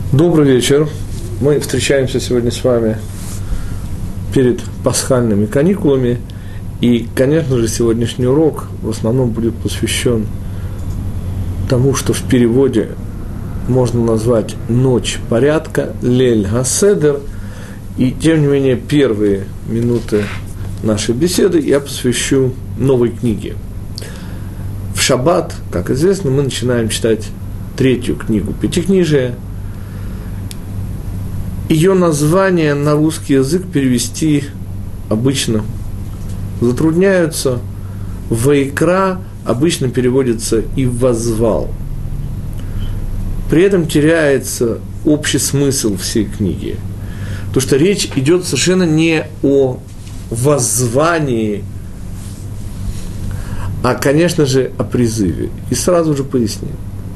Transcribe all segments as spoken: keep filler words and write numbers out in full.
Добрый вечер. Мы встречаемся сегодня с вами перед пасхальными каникулами. И, конечно же, сегодняшний урок в основном будет посвящен тому, что в переводе можно назвать «Ночь порядка», «Лель Гаседер». И, тем не менее, первые минуты нашей беседы я посвящу новой книге. В шаббат, как известно, мы начинаем читать третью книгу Пятикнижия. Ее название на русский язык перевести обычно затрудняются. «Ваикра» обычно переводится «и воззвал». При этом теряется общий смысл всей книги. Потому что речь идет совершенно не о воззвании, а, конечно же, о призыве. И сразу же поясним.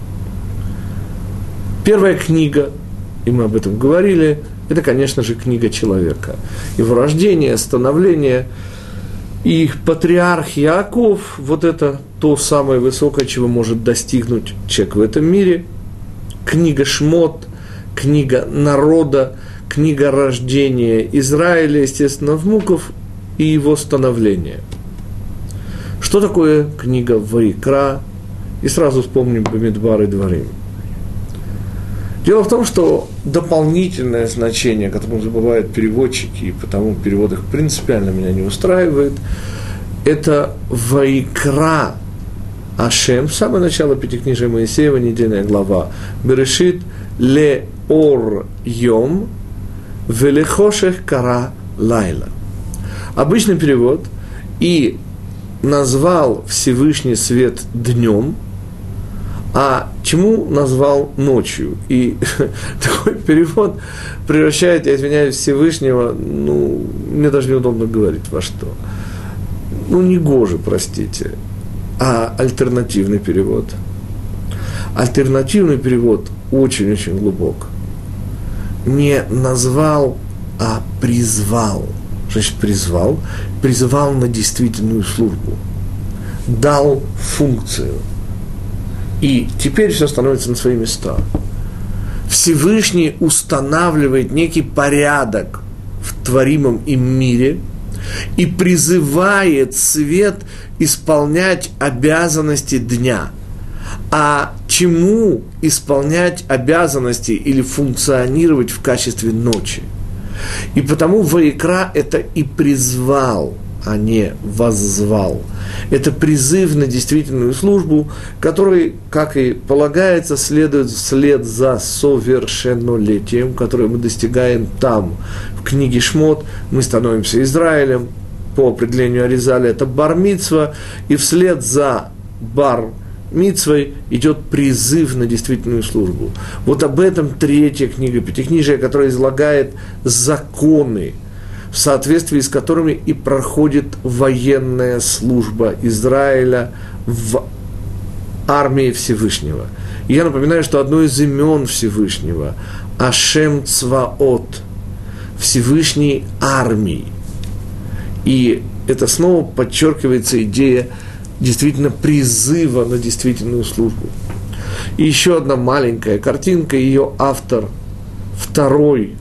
Первая книга, и мы об этом говорили, это, конечно же, книга человека. Его рождение, становление. И патриарх Иаков, вот это то самое высокое, чего может достигнуть человек в этом мире. Книга Шмот, книга народа, книга рождения Израиля, естественно, внуков и его становления. Что такое книга Ваикра? И сразу вспомним Бамидбар и Дворим. Дело в том, что дополнительное значение, которое забывают переводчики, и потому перевод их принципиально меня не устраивает, это «Ваикра Ашем», самое начало Пятикнижия Моисеева, недельная глава, «Берешит ле ор йом велехошех кара лайла». Обычный перевод «И назвал Всевышний свет днем», а чему назвал ночью? И такой перевод превращает, я извиняюсь, Всевышнего, ну, мне даже неудобно говорить во что. Ну, не гоже, простите, а альтернативный перевод. Альтернативный перевод очень-очень глубок. Не назвал, а призвал. Значит, призвал, призвал на действительную службу. Дал функцию. И теперь все становится на свои места. Всевышний устанавливает некий порядок в творимом им мире и призывает свет исполнять обязанности дня. А чему исполнять обязанности или функционировать в качестве ночи? И потому Ваикра – это и призвал, а не воззвал. Это призыв на действительную службу, который, как и полагается, следует вслед за совершеннолетием, которое мы достигаем там, в книге Шмот. Мы становимся Израилем, по определению Аризаля это бар-мицва, и вслед за бар-мицвой идет призыв на действительную службу. Вот об этом третья книга Пятикнижия, которая излагает законы, в соответствии с которыми и проходит военная служба Израиля в армии Всевышнего. И я напоминаю, что одно из имен Всевышнего – Ашем Цваот, Всевышний армии. И это снова подчеркивается идея действительно призыва на действительную службу. И еще одна маленькая картинка, ее автор, второй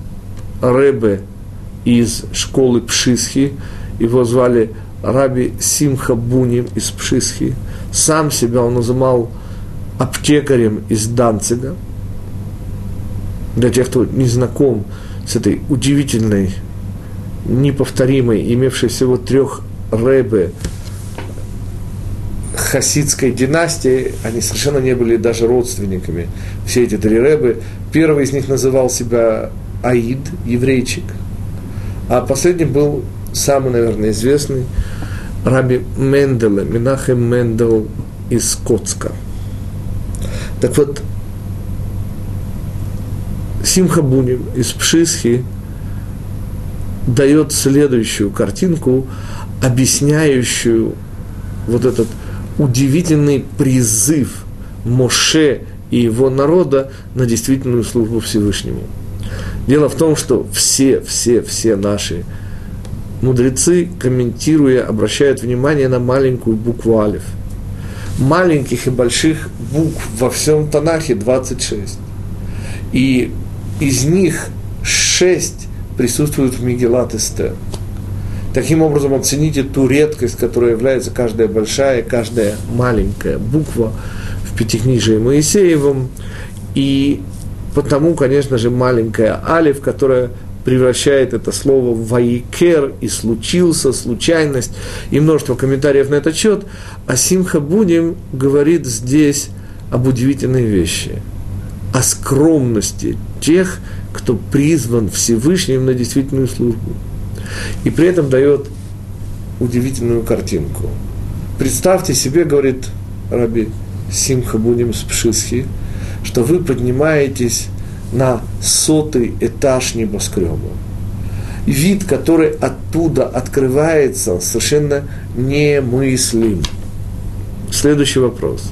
ребе из школы Пшисхи, его звали Раби Симха Буним из Пшисхи, сам себя он называл аптекарем из Данцига. Для тех, кто не знаком с этой удивительной, неповторимой, имевшей всего трех ребе хасидской династии, они совершенно не были даже родственниками, все эти три ребе. Первый из них называл себя Аид, еврейчик, а последним был самый, наверное, известный Раби Менделе, Менахем Мендел из Коцка. Так вот, Симха Буним из Пшисхи дает следующую картинку, объясняющую вот этот удивительный призыв Моше и его народа на действительную службу Всевышнему. Дело в том, что все, все, все наши мудрецы, комментируя, обращают внимание на маленькую букву алеф. Маленьких и больших букв во всем Танахе двадцать шесть. И из них шесть присутствуют в Мегилат Эстер. Таким образом, оцените ту редкость, которая является каждая большая, каждая маленькая буква в Пятикнижии Моисеевом. И потому, конечно же, маленькая алиф, которая превращает это слово в ваикер, и случился, случайность, и множество комментариев на этот счет. А Симха Будим говорит здесь об удивительной вещи, о скромности тех, кто призван Всевышним на действительную службу. И при этом дает удивительную картинку. Представьте себе, говорит раби Симха Будим с Пшисхи, что вы поднимаетесь на сотый этаж небоскреба. Вид, который оттуда открывается, совершенно немыслим. Следующий вопрос.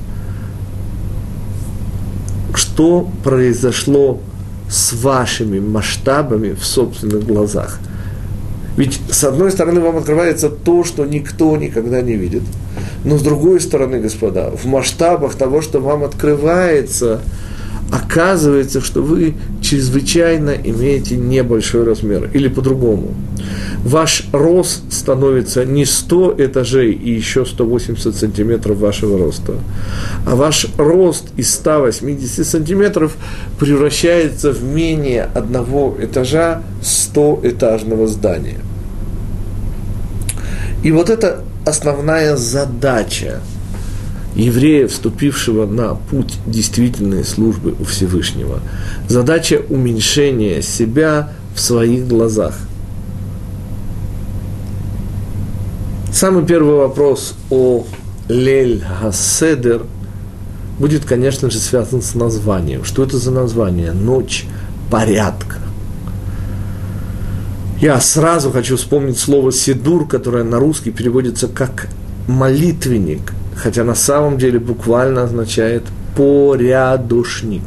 Что произошло с вашими масштабами в собственных глазах? Ведь, с одной стороны, вам открывается то, что никто никогда не видит. Но, с другой стороны, господа, в масштабах того, что вам открывается, оказывается, что вы чрезвычайно имеете небольшой размер. Или по-другому. Ваш рост становится не сто этажей и еще сто восемьдесят сантиметров вашего роста, а ваш рост из ста восьмидесяти сантиметров превращается в менее одного этажа стоэтажного здания. И вот это основная задача еврея, вступившего на путь действительной службы у Всевышнего. Задача уменьшения себя в своих глазах. Самый первый вопрос о Лель Хаседер будет, конечно же, связан с названием. Что это за название? Ночь порядка. Я сразу хочу вспомнить слово «седур», которое на русский переводится как «молитвенник», хотя на самом деле буквально означает «порядочник».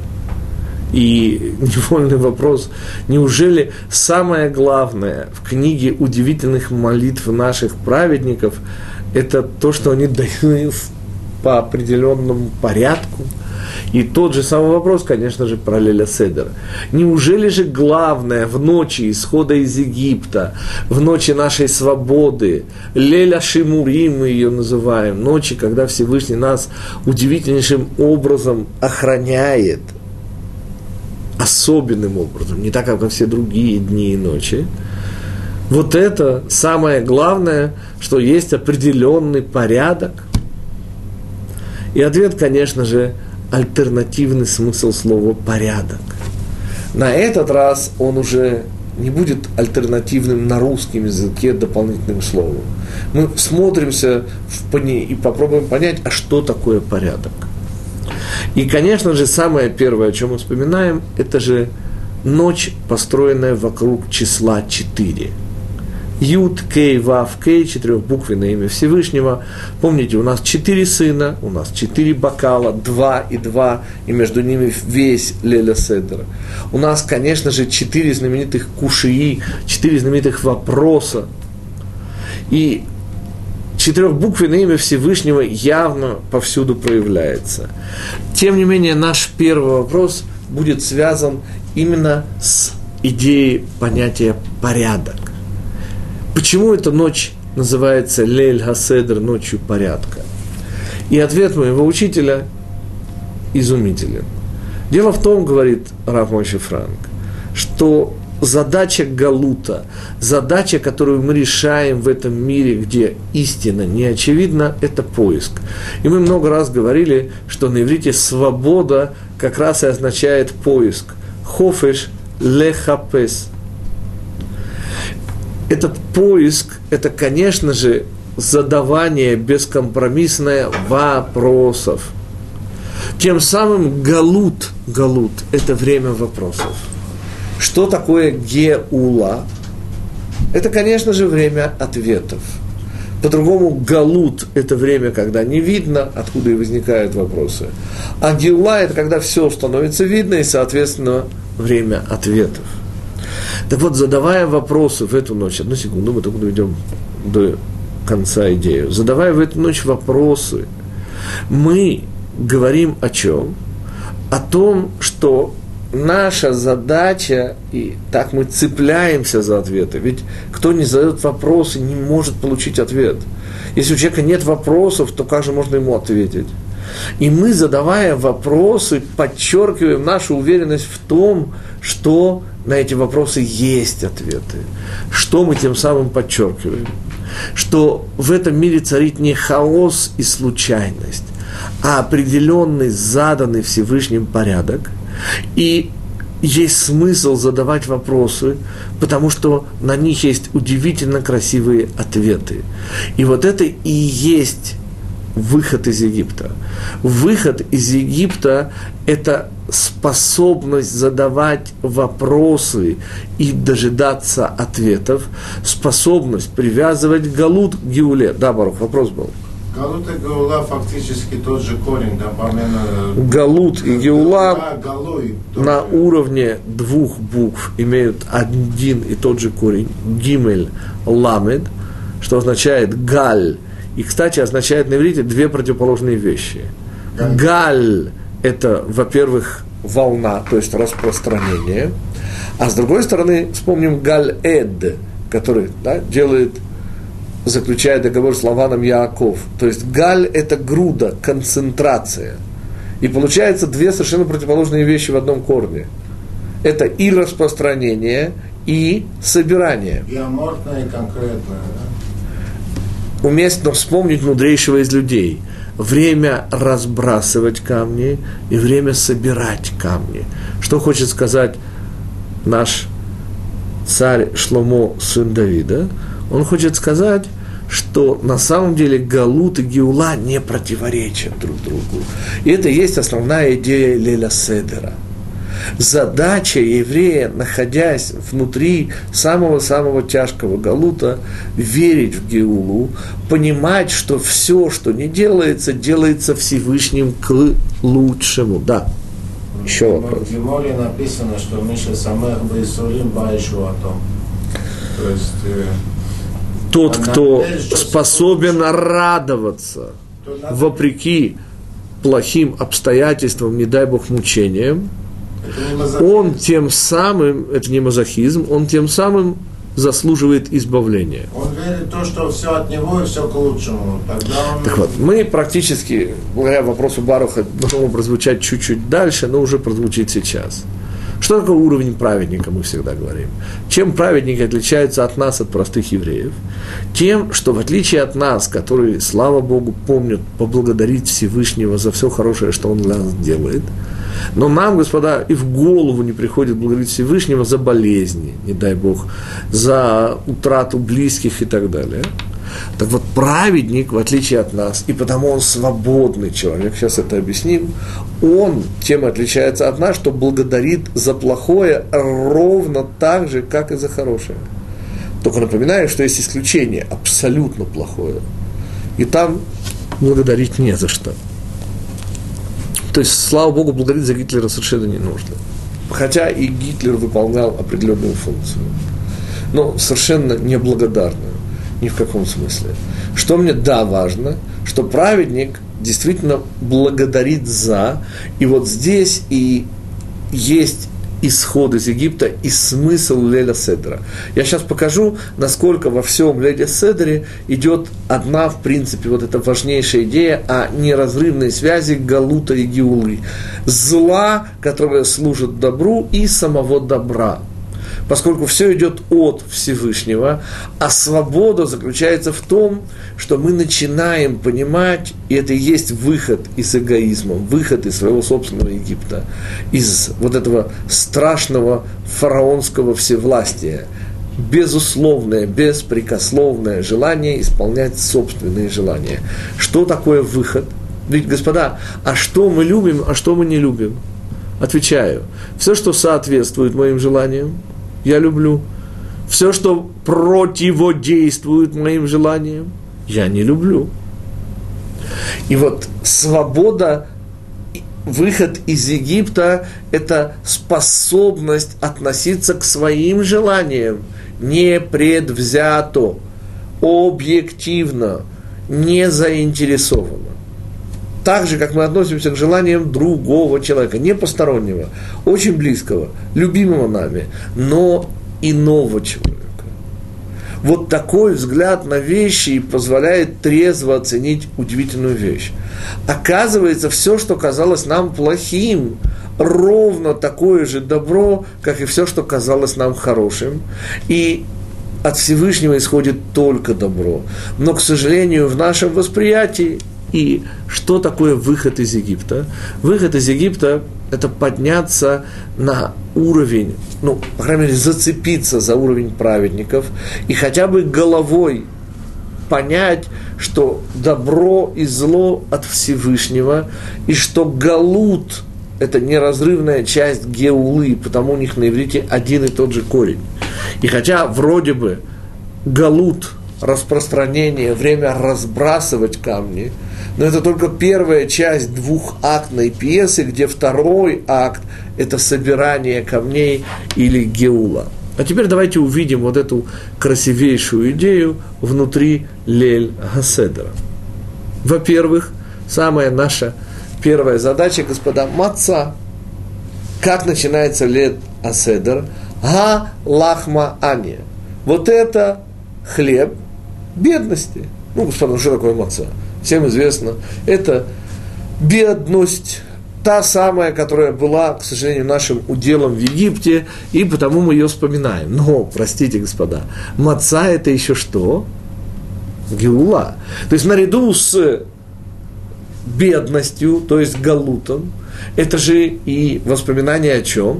И невольный вопрос, неужели самое главное в книге удивительных молитв наших праведников – это то, что они дают по определенному порядку? И тот же самый вопрос, конечно же, про Леля Седер. Неужели же главное в ночи исхода из Египта, в ночи нашей свободы, Леля Шимурим мы ее называем, ночи, когда Всевышний нас удивительнейшим образом охраняет, особенным образом, не так, как во все другие дни и ночи. Вот это самое главное, что есть определенный порядок. И ответ, конечно же, альтернативный смысл слова «порядок». На этот раз он уже не будет альтернативным на русском языке дополнительным словом. Мы смотримся в пони- и попробуем понять, а что такое порядок. И, конечно же, самое первое, о чем мы вспоминаем, это же ночь, построенная вокруг числа четыре. Юд, Кей, Вав, Кей, четырехбуквенное имя Всевышнего. Помните, у нас четыре сына, у нас четыре бокала, два и два, и между ними весь Леля Седер. У нас, конечно же, четыре знаменитых кушии, четыре знаменитых вопроса. И четырехбуквенное имя Всевышнего явно повсюду проявляется. Тем не менее, наш первый вопрос будет связан именно с идеей понятия «порядок». Почему эта ночь называется Лель Хаседер, ночью порядка? И ответ моего учителя изумителен. Дело в том, говорит рав Мойше Франк, что задача галута, задача, которую мы решаем в этом мире, где истина не очевидна, это поиск. И мы много раз говорили, что на иврите свобода как раз и означает поиск. Хофеш лехапес. Этот поиск, это, конечно же, задавание бескомпромиссное вопросов. Тем самым галут, галут – это время вопросов. Что такое геула? Это, конечно же, время ответов. По-другому галут – это время, когда не видно, откуда и возникают вопросы. А геула – это когда все становится видно, и, соответственно, время ответов. Так вот, задавая вопросы в эту ночь, одну секунду, мы только доведем до конца идею, задавая в эту ночь вопросы, мы говорим о чем? О том, что наша задача, и так мы цепляемся за ответы, ведь кто не задает вопросы, не может получить ответ. Если у человека нет вопросов, то как же можно ему ответить? И мы, задавая вопросы, подчеркиваем нашу уверенность в том, что на эти вопросы есть ответы. Что мы тем самым подчеркиваем? Что в этом мире царит не хаос и случайность, а определенный, заданный Всевышним порядок. И есть смысл задавать вопросы, потому что на них есть удивительно красивые ответы. И вот это и есть выход из Египта. Выход из Египта – это способность задавать вопросы и дожидаться ответов, способность привязывать галут к геуле. Да, Барух, вопрос был. Галут и геула фактически тот же корень, да, помимо... Галут и геула галуй, на уровне двух букв имеют один и тот же корень, гимель, ламед, что означает галь. И, кстати, означает на иврите две противоположные вещи. Галь, галь – это, во-первых, волна, то есть распространение, а с другой стороны, вспомним галь-эд, который, да, делает, заключает договор с Лаваном Яаков. То есть галь – это груда, концентрация. И получается две совершенно противоположные вещи в одном корне. Это и распространение, и собирание. И аморфное, и конкретное, да? Уместно вспомнить мудрейшего из людей. Время разбрасывать камни и время собирать камни. Что хочет сказать наш царь Шломо, сын Давида? Он хочет сказать, что на самом деле галут и геула не противоречат друг другу. И это и есть основная идея Лейля Седера. Задача еврея, находясь внутри самого-самого тяжкого галута, верить в Геулу, понимать, что все, что не делается, делается Всевышним к лучшему. Да. Еще вопрос. В Геморе написано, что Миша Самех Бейсурим Байшу о том. То есть... Э, Тот, кто способен радоваться вопреки плохим обстоятельствам, не дай Бог мучениям, он тем самым, это не мазохизм, он тем самым заслуживает избавления. Он верит в то, что все от него и все к лучшему. Тогда он... Так вот, мы практически, благодаря вопросу Баруха, должны прозвучать чуть-чуть дальше, но уже прозвучит сейчас. Что такое уровень праведника, мы всегда говорим. Чем праведники отличаются от нас, от простых евреев? Тем, что в отличие от нас, которые, слава Богу, помнят поблагодарить Всевышнего за все хорошее, что Он для нас делает, но нам, господа, и в голову не приходит благодарить Всевышнего за болезни, не дай Бог, за утрату близких и так далее. Так вот, праведник, в отличие от нас, и потому он свободный человек, сейчас это объясним, он тем отличается от нас, что благодарит за плохое ровно так же, как и за хорошее. Только напоминаю, что есть исключение, абсолютно плохое. И там благодарить не за что. То есть, слава Богу, благодарить за Гитлера совершенно не нужно. Хотя и Гитлер выполнял определенную функцию. Но совершенно неблагодарную. Ни в каком смысле. Что мне, да, важно, что праведник действительно благодарит за, и вот здесь и есть исход из Египта и смысл Лейля Седера. Я сейчас покажу, насколько во всем Лейля Седере идет одна, в принципе, вот эта важнейшая идея о неразрывной связи Галута и Геулы. Зла, которое служит добру, и самого добра. Поскольку все идет от Всевышнего, а свобода заключается в том, что мы начинаем понимать, и это и есть выход из эгоизма, выход из своего собственного Египта, из вот этого страшного фараонского всевластия, безусловное, беспрекословное желание исполнять собственные желания. Что такое выход? Ведь, господа, а что мы любим, а что мы не любим? Отвечаю, все, что соответствует моим желаниям, я люблю. Все, что противодействует моим желаниям, я не люблю. И вот свобода, выход из Египта – это способность относиться к своим желаниям непредвзято, объективно, не заинтересованно. так же, как мы относимся к желаниям другого человека, не постороннего, очень близкого, любимого нами, но иного человека. Вот такой взгляд на вещи позволяет трезво оценить удивительную вещь. Оказывается, все, что казалось нам плохим, ровно такое же добро, как и все, что казалось нам хорошим. И от Всевышнего исходит только добро. Но, к сожалению, в нашем восприятии, и что такое выход из Египта? Выход из Египта – это подняться на уровень, ну, по крайней мере, зацепиться за уровень праведников и хотя бы головой понять, что добро и зло от Всевышнего, и что галут – это неразрывная часть геулы, потому у них на иврите один и тот же корень. И хотя вроде бы галут – распространение, время разбрасывать камни, но это только первая часть двухактной пьесы, где второй акт – это собирание камней или геула. А теперь давайте увидим вот эту красивейшую идею внутри Лейль Хаседера. Во-первых, самая наша первая задача, господа, маца. Как начинается Лейль Хаседер? Га лахма ани. Вот это хлеб бедности. Ну, господа, что такое маца? Всем известно, это бедность, та самая, которая была, к сожалению, нашим уделом в Египте, и потому мы ее вспоминаем. Но, простите, господа, маца – это еще что? Геула. То есть, наряду с бедностью, то есть галутом, это же и воспоминание о чем?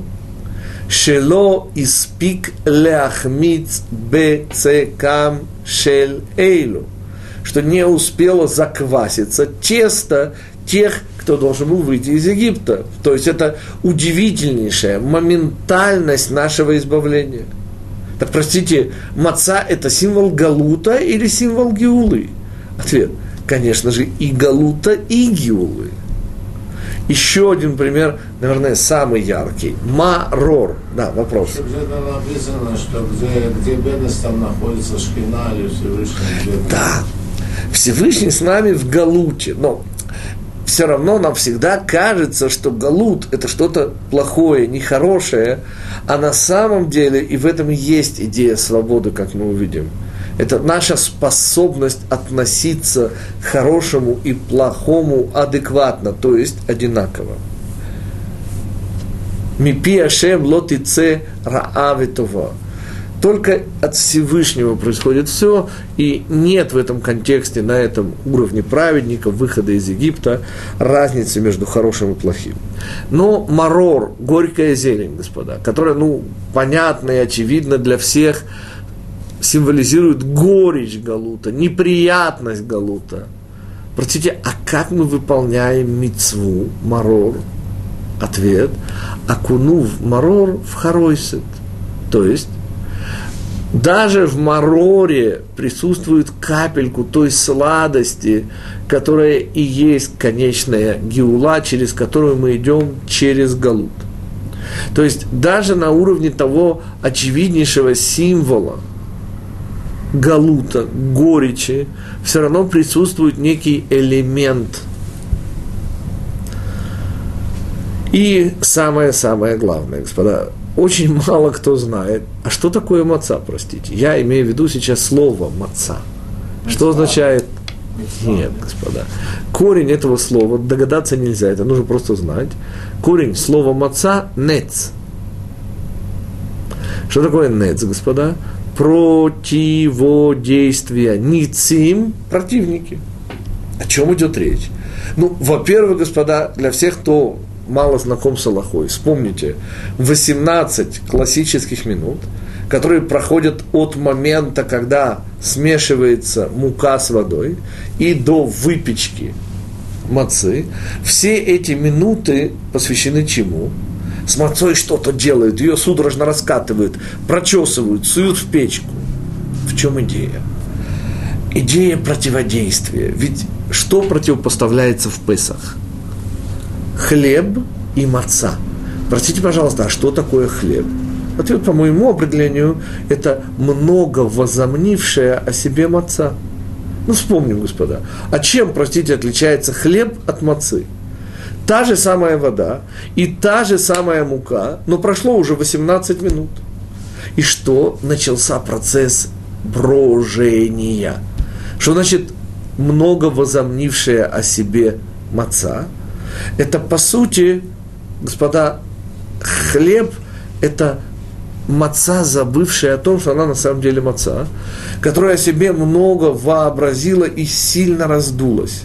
Шело испик ляхмиц бецекам шель эйлу. Что не успело закваситься тесто тех, кто должен был выйти из Египта. То есть это удивительнейшая моментальность нашего избавления. Так, простите, маца – это символ галута или символ геулы? Ответ – конечно же, и галута, и геулы. Еще один пример, наверное, самый яркий. Марор. Да, вопрос. Где-то написано, что где, где бедность, там находится шхина или Всевышний бедность. Да. Всевышний с нами в галуте, но все равно нам всегда кажется, что галут – это что-то плохое, нехорошее, а на самом деле и в этом и есть идея свободы, как мы увидим. Это наша способность относиться к хорошему и плохому адекватно, то есть одинаково. Мипи Ашем лотице раавитова. Только от Всевышнего происходит все, и нет в этом контексте, на этом уровне праведника, выхода из Египта, разницы между хорошим и плохим. Но марор, горькая зелень, господа, которая, ну, понятна и очевидна для всех, символизирует горечь галута, неприятность галута. Простите, а как мы выполняем мицву марор? Ответ – окунув марор в харойсет, то есть даже в мароре присутствует капельку той сладости, которая и есть конечная геула, через которую мы идем через галут. То есть даже на уровне того очевиднейшего символа галута, горечи, все равно присутствует некий элемент. И самое-самое главное, господа, очень мало кто знает, а что такое маца, простите. Я имею в виду сейчас слово маца. Что означает? Нет, господа. Корень этого слова, догадаться нельзя, это нужно просто знать. Корень слова маца – нец. Что такое нец, господа? Противодействие. Ницим – противники. О чем идет речь? Ну, во-первых, господа, для всех, кто мало знаком с Алахой, вспомните восемнадцать классических минут, которые проходят от момента, когда смешивается мука с водой, и до выпечки мацы. Все эти минуты посвящены чему? С мацой что-то делают, ее судорожно раскатывают, прочесывают, суют в печку. В чем идея? Идея противодействия. Ведь что противопоставляется в Песах? Хлеб и маца. Простите, пожалуйста, а что такое хлеб? Ответ, по моему определению, это много возомнившая о себе маца. Ну, вспомним, господа. А чем, простите, отличается хлеб от мацы? Та же самая вода и та же самая мука, но прошло уже восемнадцать минут. И что? Начался процесс брожения. Что значит много возомнившая о себе маца? Это, по сути, господа, хлеб – это маца, забывшая о том, что она на самом деле маца, которая о себе много вообразила и сильно раздулась.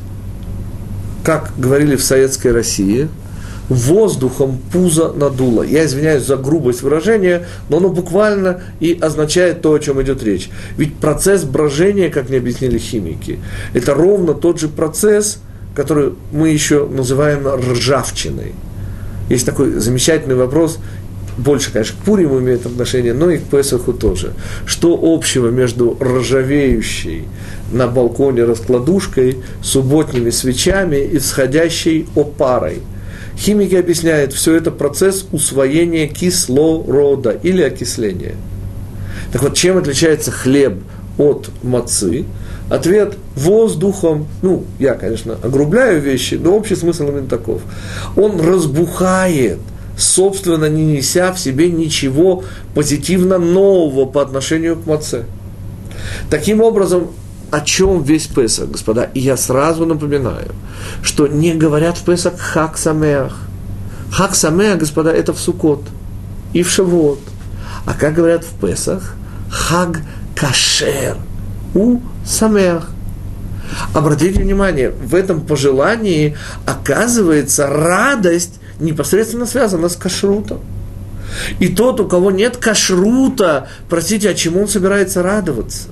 Как говорили в советской России, воздухом пузо надуло. Я извиняюсь за грубость выражения, но оно буквально и означает то, о чем идет речь. Ведь процесс брожения, как мне объяснили химики, это ровно тот же процесс, который мы еще называем ржавчиной. Есть такой замечательный вопрос, больше, конечно, к Пуриму имеет отношение, но и к Песаху тоже. Что общего между ржавеющей на балконе раскладушкой, субботними свечами и всходящей опарой? Химики объясняют, все это процесс усвоения кислорода или окисления. Так вот, чем отличается хлеб от мацы? Ответ – воздухом. Ну, я, конечно, огрубляю вещи, но общий смысл именно таков. Он разбухает, собственно, не неся в себе ничего позитивно нового по отношению к маце. Таким образом, о чем весь Песах, господа? И я сразу напоминаю, что не говорят в Песах «Хаг Самеах». «Хаг Самеах», господа, это в Суккот и в Шавуот. А как говорят в Песах? «Хаг Кашер» у Самеах. Обратите внимание, в этом пожелании оказывается радость непосредственно связана с кашрутом. И тот, у кого нет кашрута, простите, а чему он собирается радоваться?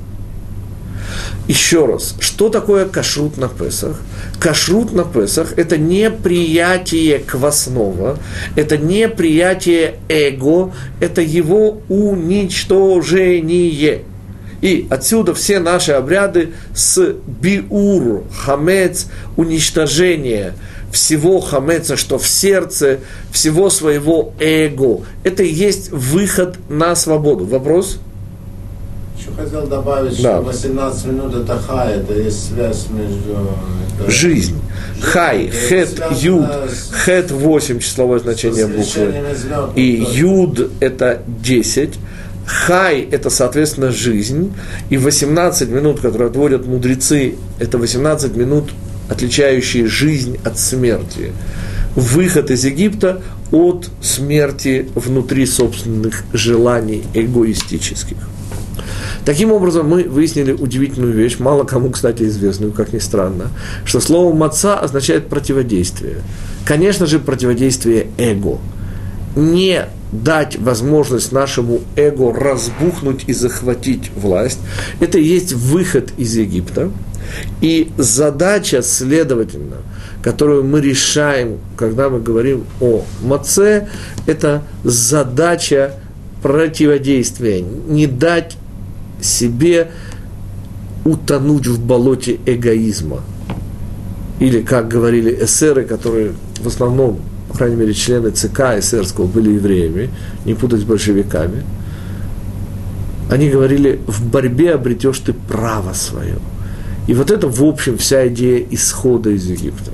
Еще раз, что такое кашрут на Песах? Кашрут на Песах – это не приятие квасного, это не приятие эго, это его уничтожение. И отсюда все наши обряды с биур, хамец, уничтожение всего хамеца, что в сердце, всего своего эго. Это и есть выход на свободу. Вопрос? Еще хотел добавить, да. Что восемнадцать минут это хай, это есть связь между... Это... Жизнь. Хай, хет, юд. Хет восемь числовое значение буквы. И юд это десять. Хай – это, соответственно, жизнь, и восемнадцать минут, которые отводят мудрецы, это восемнадцать минут, отличающие жизнь от смерти. Выход из Египта от смерти внутри собственных желаний эгоистических. Таким образом, мы выяснили удивительную вещь, мало кому, кстати, известную, как ни странно, что слово «маца» означает противодействие. Конечно же, противодействие эго. Не дать возможность нашему эго разбухнуть и захватить власть. Это и есть выход из Египта. И задача, следовательно, которую мы решаем, когда мы говорим о маце, это задача противодействия. Не дать себе утонуть в болоте эгоизма. Или, как говорили эсеры, которые в основном, по крайней мере, члены ЦК эсерского были евреями, не путать с большевиками, они говорили, в борьбе обретешь ты право свое. И вот это, в общем, вся идея исхода из Египта.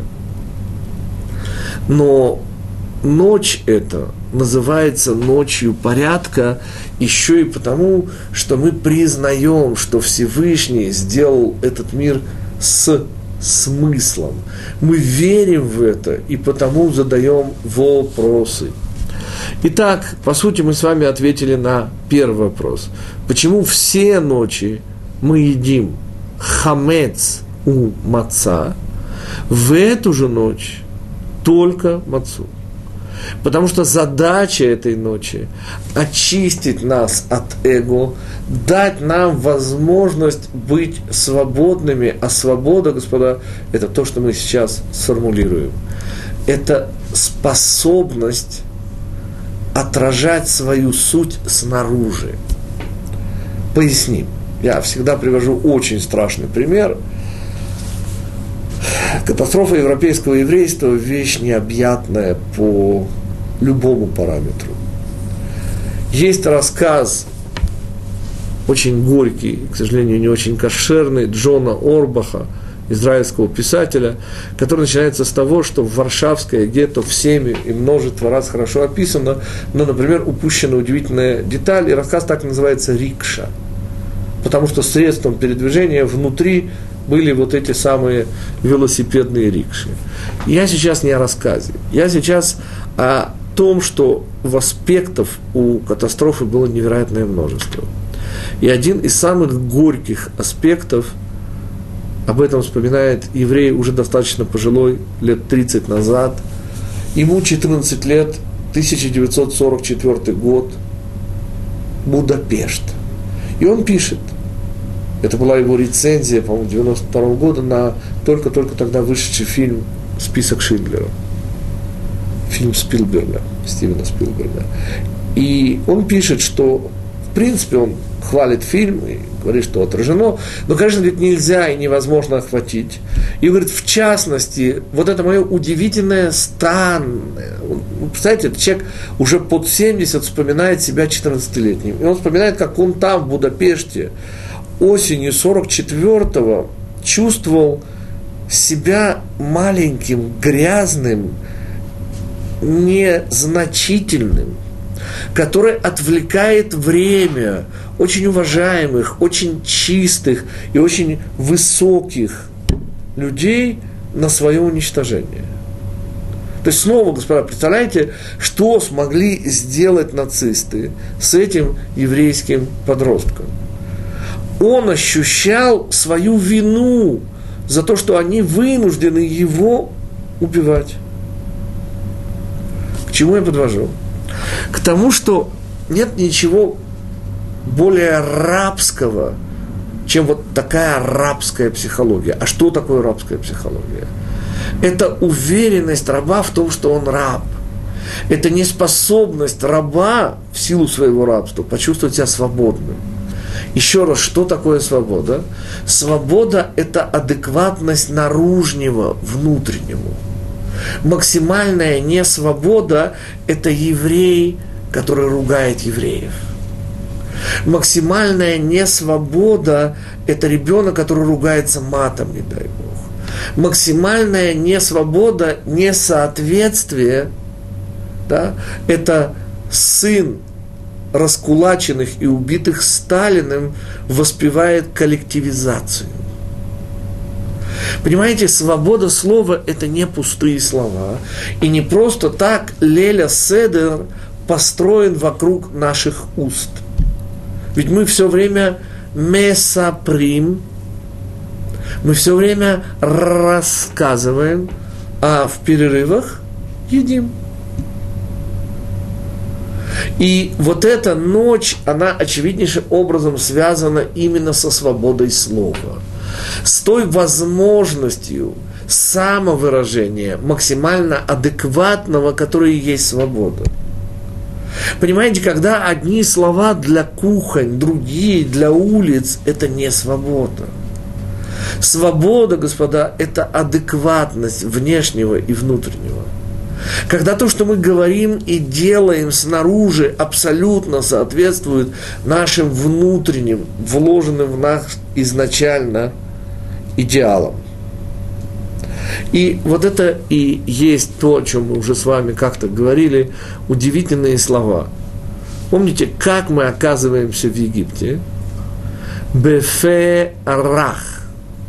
Но ночь эта называется ночью порядка еще и потому, что мы признаем, что Всевышний сделал этот мир с смыслом. Мы верим в это и потому задаем вопросы. Итак, по сути, мы с вами ответили на первый вопрос. Почему все ночи мы едим хамец у маца, в эту же ночь только мацу? Потому что задача этой ночи – очистить нас от эго, дать нам возможность быть свободными, а свобода, господа, это то, что мы сейчас сформулируем. Это способность отражать свою суть снаружи. Поясним. Я всегда привожу очень страшный пример. Катастрофа европейского еврейства – вещь необъятная по любому параметру. Есть рассказ очень горький, к сожалению, не очень кошерный, Джона Орбаха, израильского писателя, который начинается с того, что в Варшавское гетто всеми и множество раз хорошо описано, но, например, упущена удивительная деталь, и рассказ так называется «Рикша», потому что средством передвижения внутри были вот эти самые велосипедные рикши. Я сейчас не о рассказе, я сейчас о том, что в аспектов у катастрофы было невероятное множество. И один из самых горьких аспектов, об этом вспоминает еврей уже достаточно пожилой, лет тридцать назад. Ему четырнадцать лет, тысяча девятьсот сорок четвёртый год, Будапешт. И он пишет, это была его рецензия, по-моему, девяносто второго года на только-только тогда вышедший фильм «Список Шиндлера». Фильм Спилберга, Стивена Спилберга. И он пишет, что, в принципе, он хвалит фильм и говорит, что отражено, но, конечно, говорит, нельзя и невозможно охватить. И говорит, в частности, вот это мое удивительное, странное. Вы представляете, этот человек уже под семьдесят вспоминает себя четырнадцатилетним. И он вспоминает, как он там, в Будапеште, осенью сорок четвёртого чувствовал себя маленьким, грязным, незначительным, который отвлекает время очень уважаемых, очень чистых и очень высоких людей на свое уничтожение. То есть снова, господа, представляете, что смогли сделать нацисты с этим еврейским подростком? Он ощущал свою вину за то, что они вынуждены его убивать. К чему я подвожу? К тому, что нет ничего более рабского, чем вот такая рабская психология. А что такое рабская психология? Это уверенность раба в том, что он раб. Это неспособность раба в силу своего рабства почувствовать себя свободным. Еще раз, что такое свобода? Свобода – это адекватность наружнего, внутреннему. Максимальная несвобода – это еврей, который ругает евреев. Максимальная несвобода – это ребенок, который ругается матом, не дай Бог. Максимальная несвобода, несоответствие, да, это сын раскулаченных и убитых Сталиным воспевает коллективизацию. Понимаете, свобода слова – это не пустые слова. И не просто так Леля Седер построен вокруг наших уст. Ведь мы все время месаприм, мы все время рассказываем, а в перерывах едим. И вот эта ночь, она очевиднейшим образом связана именно со свободой слова. С той возможностью самовыражения, максимально адекватного, которое и есть свобода. Понимаете, когда одни слова для кухонь, другие для улиц, это не свобода. Свобода, господа, это адекватность внешнего и внутреннего. Когда то, что мы говорим и делаем снаружи, абсолютно соответствует нашим внутренним, вложенным в нас изначально идеалам. И вот это и есть то, о чем мы уже с вами как-то говорили, удивительные слова. Помните, как мы оказываемся в Египте? Бефе рах.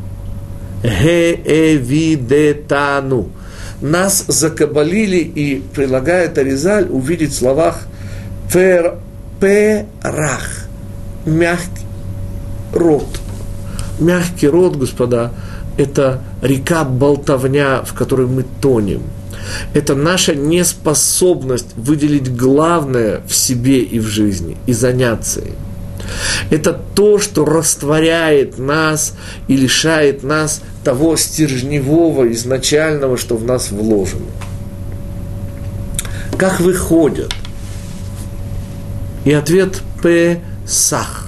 Хеэвидетану. Нас закабалили, и предлагает Аризаль увидеть в словах пер, перах, мягкий рот. Мягкий рот, господа, это река болтовня, в которой мы тонем. Это наша неспособность выделить главное в себе и в жизни, и заняться им. Это то, что растворяет нас и лишает нас того стержневого, изначального, что в нас вложено. Как выходят? И ответ Песах.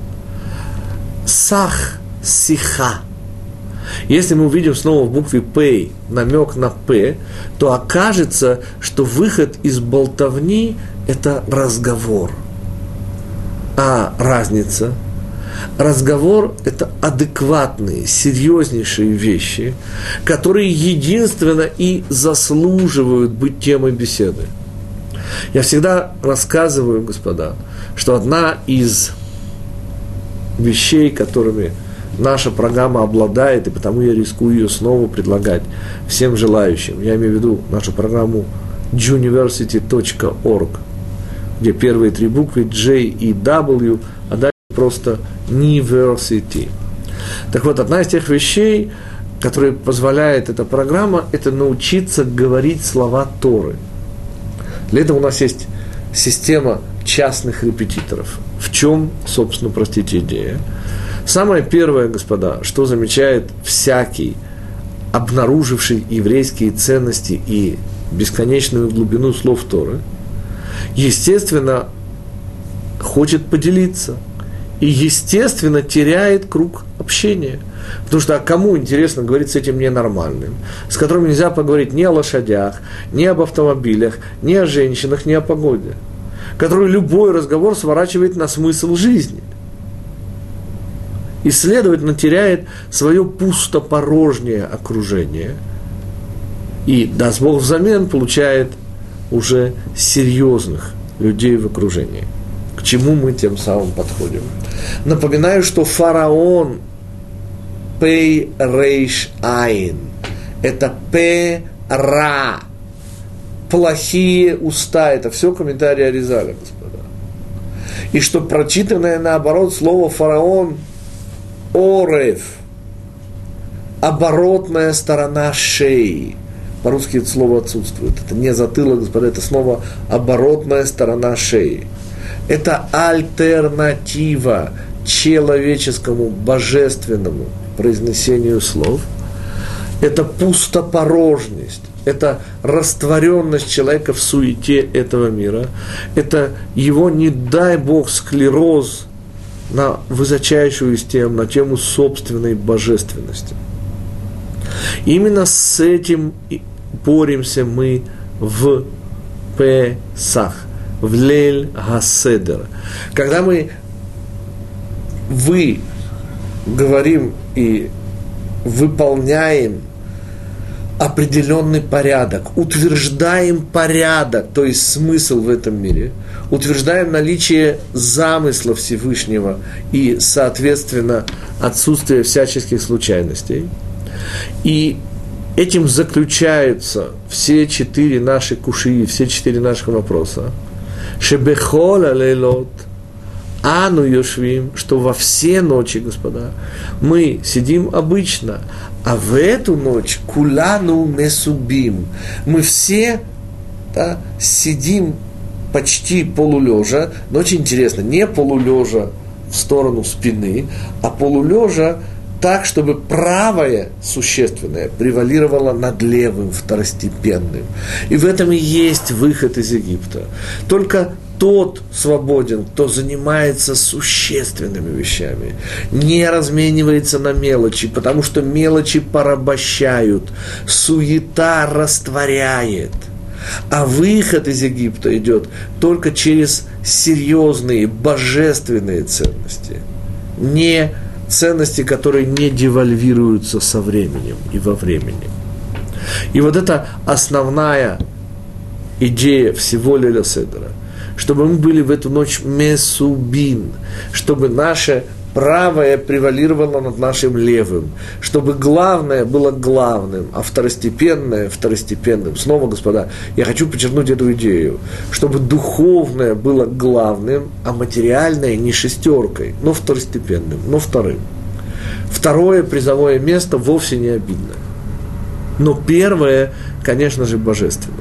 Сах, сиха. Если мы увидим снова в букве П намек на П, то окажется, что выход из болтовни – это разговор. А разница Разговор – это адекватные, серьезнейшие вещи, которые единственно и заслуживают быть темой беседы. Я всегда рассказываю, господа, что одна из вещей, которыми наша программа обладает, и потому я рискую ее снова предлагать всем желающим, я имею в виду нашу программу джуниверсити точка орг, где первые три буквы J и W, а дальше просто University. Так вот, одна из тех вещей, которые позволяет эта программа, это научиться говорить слова Торы. Для этого у нас есть система частных репетиторов. В чем, собственно, простите, идея? Самое первое, господа, что замечает всякий, обнаруживший еврейские ценности и бесконечную глубину слов Торы, естественно, хочет поделиться и, естественно, теряет круг общения. Потому что а кому интересно говорить с этим ненормальным, с которым нельзя поговорить ни о лошадях, ни об автомобилях, ни о женщинах, ни о погоде, который любой разговор сворачивает на смысл жизни. И, следовательно, теряет свое пустопорожнее окружение и, даст Бог, взамен получает уже серьезных людей в окружении. К чему мы тем самым подходим? Напоминаю, что фараон Пей Рейш Айн – это Пе-Ра, плохие уста, это все комментарии Аризаля, господа. И что прочитанное наоборот слово фараон – Орев, оборотная сторона шеи. По-русски это слово отсутствует. Это не затылок, господа, это снова оборотная сторона шеи. Это альтернатива человеческому, божественному произнесению слов. Это пустопорожность. Это растворенность человека в суете этого мира. Это его, не дай Бог, склероз на высочайшую из тем, на тему собственной божественности. Именно с этим боремся мы в Песах, в Лейль Гаседер. Когда мы, вы говорим и выполняем определенный порядок, утверждаем порядок, то есть смысл в этом мире, утверждаем наличие замысла Всевышнего и, соответственно, отсутствие всяческих случайностей. И этим заключаются все четыре наши кушии, все четыре наших вопроса. Шебехол алейлот, ану йошвим, что во все ночи, господа, мы сидим обычно, а в эту ночь кулану месубим. Мы все, да, сидим почти полулежа, но очень интересно, не полулежа в сторону спины, а полулежа так, чтобы правое существенное превалировало над левым второстепенным. И в этом и есть выход из Египта. Только тот свободен, кто занимается существенными вещами, не разменивается на мелочи, потому что мелочи порабощают, суета растворяет. А выход из Египта идет только через серьезные, божественные ценности, не ценности, которые не девальвируются со временем и во времени. И вот это основная идея всего Лейля Седера, чтобы мы были в эту ночь месубин, чтобы наше правое превалировало над нашим левым, чтобы главное было главным, а второстепенное второстепенным. Снова, господа, я хочу подчеркнуть эту идею, чтобы духовное было главным, а материальное не шестеркой, но второстепенным, но вторым. Второе призовое место вовсе не обидно, но первое, конечно же, божественное.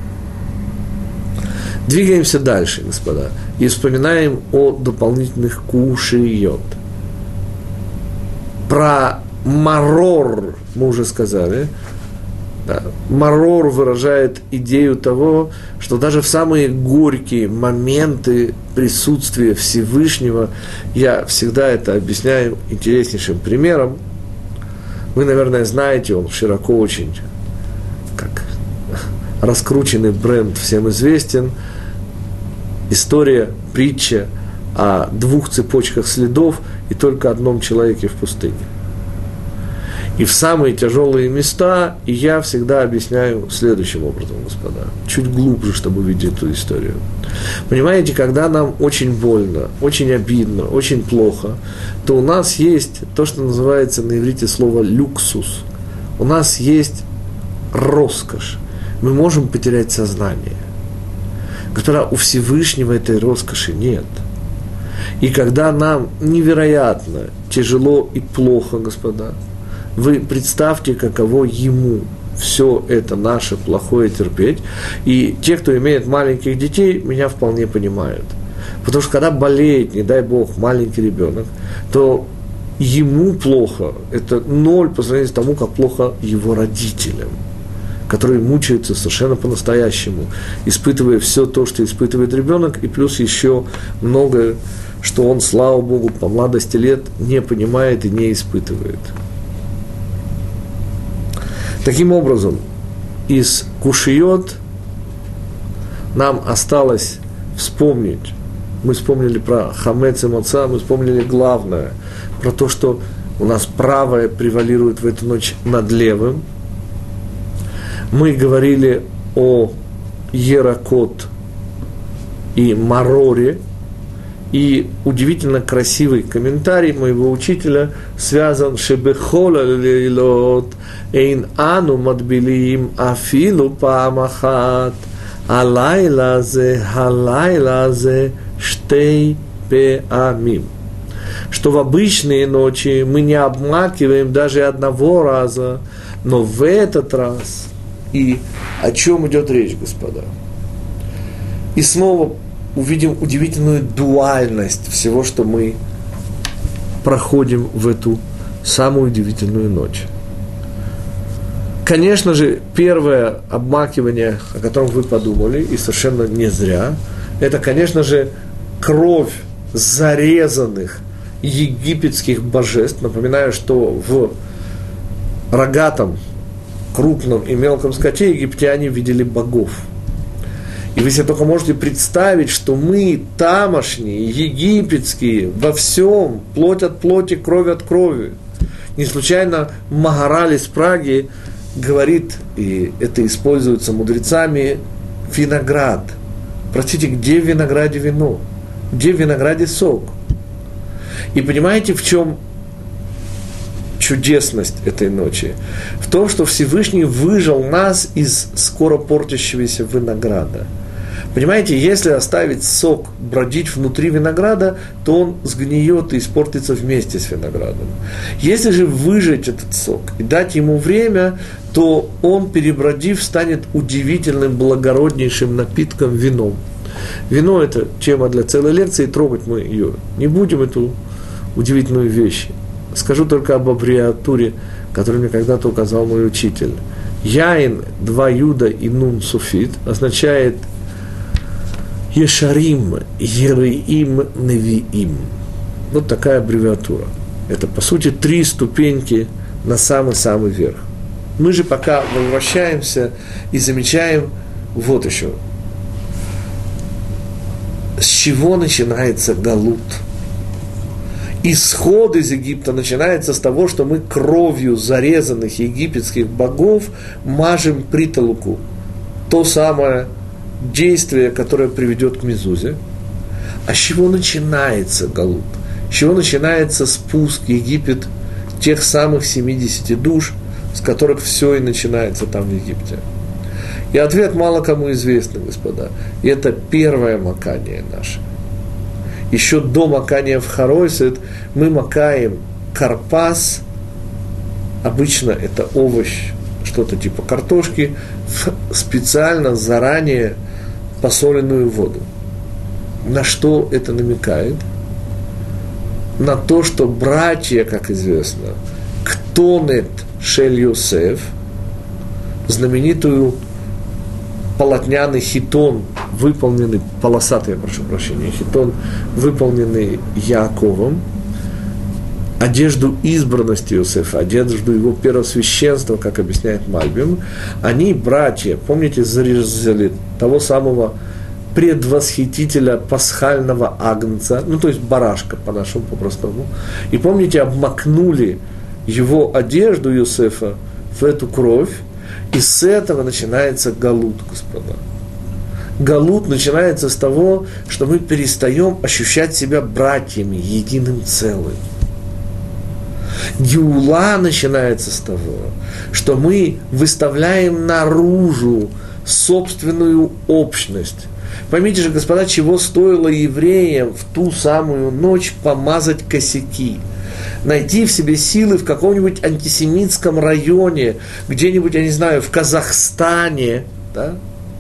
Двигаемся дальше, господа, и вспоминаем о дополнительных кушиот. Про марор мы уже сказали. Да. Марор выражает идею того, что даже в самые горькие моменты присутствия Всевышнего, я всегда это объясняю интереснейшим примером. Вы, наверное, знаете, он широко очень, как раскрученный бренд всем известен. История, притча о двух цепочках следов и только одном человеке в пустыне. И в самые тяжелые места я всегда объясняю следующим образом, господа, чуть глубже, чтобы увидеть эту историю. Понимаете, когда нам очень больно, очень обидно, очень плохо, то у нас есть то, что называется на иврите слово «люксус». У нас есть роскошь. Мы можем потерять сознание. Господа, у Всевышнего этой роскоши нет. И когда нам невероятно тяжело и плохо, господа, вы представьте, каково ему все это наше плохое терпеть. И те, кто имеет маленьких детей, меня вполне понимают. Потому что когда болеет, не дай Бог, маленький ребенок, то ему плохо. Это ноль по сравнению с тому, как плохо его родителям, которые мучаются совершенно по-настоящему, испытывая все то, что испытывает ребенок, и плюс еще многое, что он, слава Богу, по младости лет не понимает и не испытывает. Таким образом, из кушиот нам осталось вспомнить, мы вспомнили про хамец и маца, мы вспомнили главное, про то, что у нас правое превалирует в эту ночь над левым. Мы говорили о еракот и мароре, и удивительно красивый комментарий моего учителя связан «Шебехола лейлот эйн ану мадбилим афилу паамахат алайла зе халайла зе штей пеамим». Что в обычные ночи мы не обмакиваем даже одного раза, но в этот раз. И о чем идет речь, господа? И снова увидим удивительную дуальность всего, что мы проходим в эту самую удивительную ночь. Конечно же, первое обмакивание, о котором вы подумали, и совершенно не зря, это, конечно же, кровь зарезанных египетских божеств. Напоминаю, что в рогатом, крупном и мелком скоте египтяне видели богов. И вы себе только можете представить, что мы, тамошние, египетские, во всем, плоть от плоти, кровь от крови. Не случайно Магараль из Праги говорит, и это используется мудрецами, виноград. Простите, где в винограде вино? Где в винограде сок? И понимаете, в чем чудесность этой ночи? В том, что Всевышний выжал нас из скоро портящегося винограда. Понимаете, если оставить сок бродить внутри винограда, то он сгниет и испортится вместе с виноградом. Если же выжать этот сок и дать ему время, то он, перебродив, станет удивительным, благороднейшим напитком вином. Вино – это тема для целой лекции, трогать мы ее не будем, эту удивительную вещь. Скажу только об аббревиатуре, которую мне когда-то указал мой учитель. Яин, два юда и нун суфит означает Ешарим, Ереим, Невиим. Вот такая аббревиатура. Это, по сути, три ступеньки на самый-самый верх. Мы же пока возвращаемся и замечаем вот еще. С чего начинается галут? Исход из Египта начинается с того, что мы кровью зарезанных египетских богов мажем притолоку. То самое действие, которое приведет к мезузе. А с чего начинается галут? С чего начинается спуск в Египет тех самых семидесяти душ, с которых все и начинается там в Египте? И ответ мало кому известный, господа. И это первое макание наше. Еще до макания в Харойсет мы макаем карпас, обычно это овощ, что-то типа картошки, в специально заранее посоленную воду. На что это намекает? На то, что братья, как известно, ктонет шель Йосеф, знаменитую полотняный хитон, выполненный, полосатый, я прошу прощения, хитон, выполненный Яаковом, одежду избранности Иосифа, одежду его первосвященства, как объясняет Мальбим, они, братья, помните, зарезали того самого предвосхитителя пасхального агнца, ну, то есть барашка, по-нашему, по-простому. И помните, обмакнули его одежду Йосефа в эту кровь, и с этого начинается галут, господа. Галут начинается с того, что мы перестаем ощущать себя братьями, единым целым. Геула начинается с того, что мы выставляем наружу собственную общность. Поймите же, господа, чего стоило евреям в ту самую ночь помазать косяки, найти в себе силы в каком-нибудь антисемитском районе, где-нибудь, я не знаю, в Казахстане, да,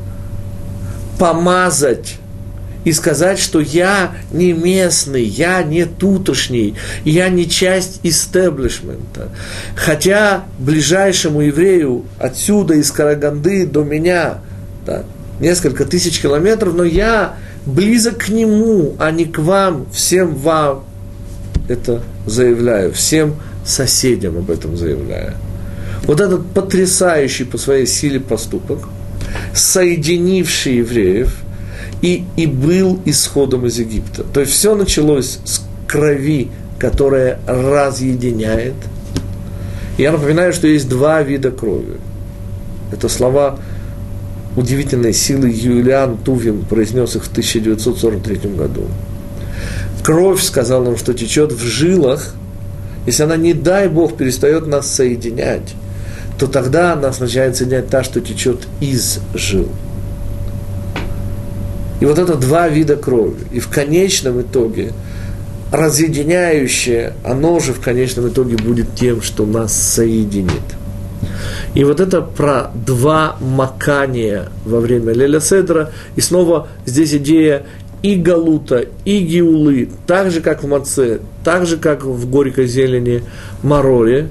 помазать и сказать, что я не местный, я не тутошний, я не часть истеблишмента. Хотя ближайшему еврею отсюда, из Караганды, до меня, да, несколько тысяч километров, но я близок к нему, а не к вам, всем вам это заявляю, всем соседям об этом заявляю. Вот этот потрясающий по своей силе поступок, соединивший евреев, и, и был исходом из Египта. То есть все началось с крови, которая разъединяет. Я напоминаю, что есть два вида крови. Это слова удивительной силы Юлиан Тувин произнес их в тысяча девятьсот сорок третьем году. Кровь, сказал он, что течет в жилах, если она, не дай Бог, перестает нас соединять, то тогда нас начинает соединять та, что течет из жил. И вот это два вида крови. И в конечном итоге разъединяющее, оно же в конечном итоге будет тем, что нас соединит. И вот это про два макания во время Лейля Седра. И снова здесь идея и галута, и геулы, так же, как в маце, так же, как в горькой зелени мароре.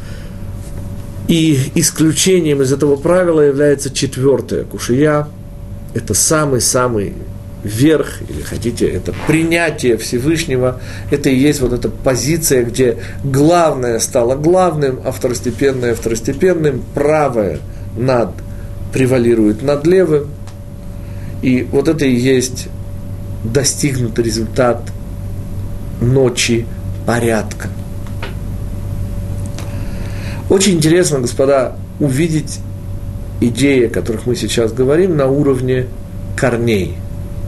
И исключением из этого правила является четвертая кушия. Это самый-самый верх, или хотите, это принятие Всевышнего. Это и есть вот эта позиция, где главное стало главным, а второстепенное второстепенным, правое над, превалирует над левым. И вот это и есть достигнутый результат ночи порядка. Очень интересно, господа, увидеть идеи, о которых мы сейчас говорим, на уровне корней.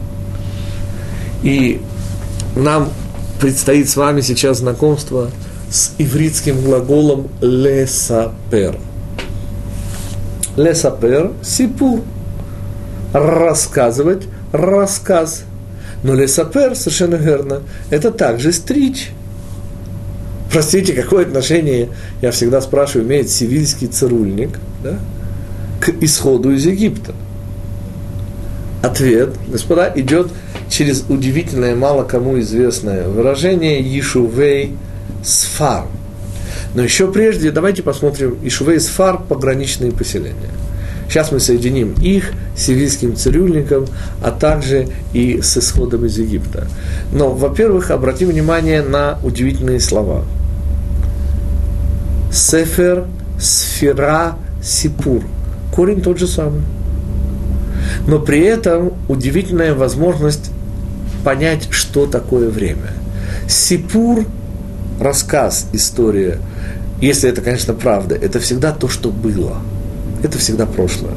И нам предстоит с вами сейчас знакомство с ивритским глаголом «лесапер». «Лесапер» – «сипур», рассказывать, рассказ. Но «лесапер» совершенно верно, это также стричь. Простите, какое отношение, я всегда спрашиваю, имеет сивильский цирульник, да, к исходу из Египта? Ответ, господа, идет через удивительное, мало кому известное выражение «Ешувей Сфар». Но еще прежде давайте посмотрим «Ешувей Сфар» – пограничные поселения. Сейчас мы соединим их с сивильским цирюльником, а также и с исходом из Египта. Но, во-первых, обратим внимание на удивительные слова. Сефер, сфера, сипур. Корень тот же самый. Но при этом удивительная возможность понять, что такое время. Сипур, рассказ, история, если это, конечно, правда, это всегда то, что было. Это всегда прошлое.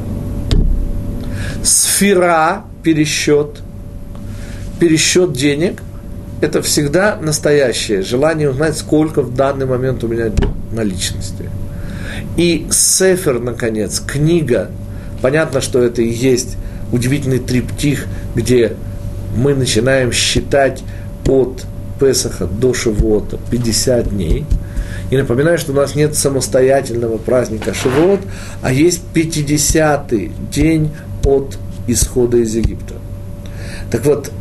Сфера, пересчет, пересчет денег, это всегда настоящее, желание узнать, сколько в данный момент у меня наличности. И сефер, наконец, книга, понятно, что это и есть удивительный триптих, где мы начинаем считать от Песаха до Шавуота пятьдесят дней. И напоминаю, что у нас нет самостоятельного праздника Шавуот, а есть пятидесятый день от исхода из Египта. Так вот,